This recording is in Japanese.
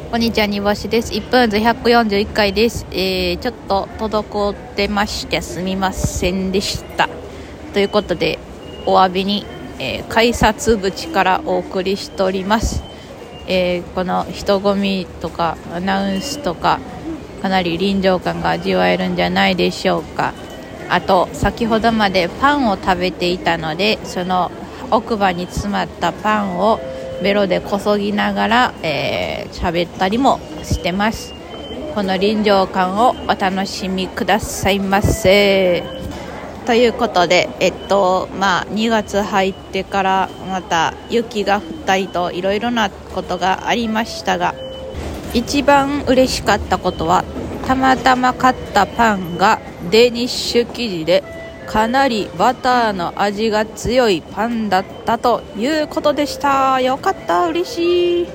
こんにちは、煮干しです。1分ず141回です。ちょっと滞ってましてすみませんでした。ということで、お詫びに、改札口からお送りしております。この人混みとかアナウンスとか、かなり臨場感が味わえるんじゃないでしょうか。あと、先ほどまでパンを食べていたので、その奥歯に詰まったパンをベロでこそぎながら喋ったりもしてます。この臨場感をお楽しみくださいませ。ということで、2月入ってからまた雪が降ったりといろいろなことがありましたが、一番嬉しかったことは、たまたま買ったパンがデニッシュ生地でかなりバターの味が強いパンだったということでした。よかった、嬉しい。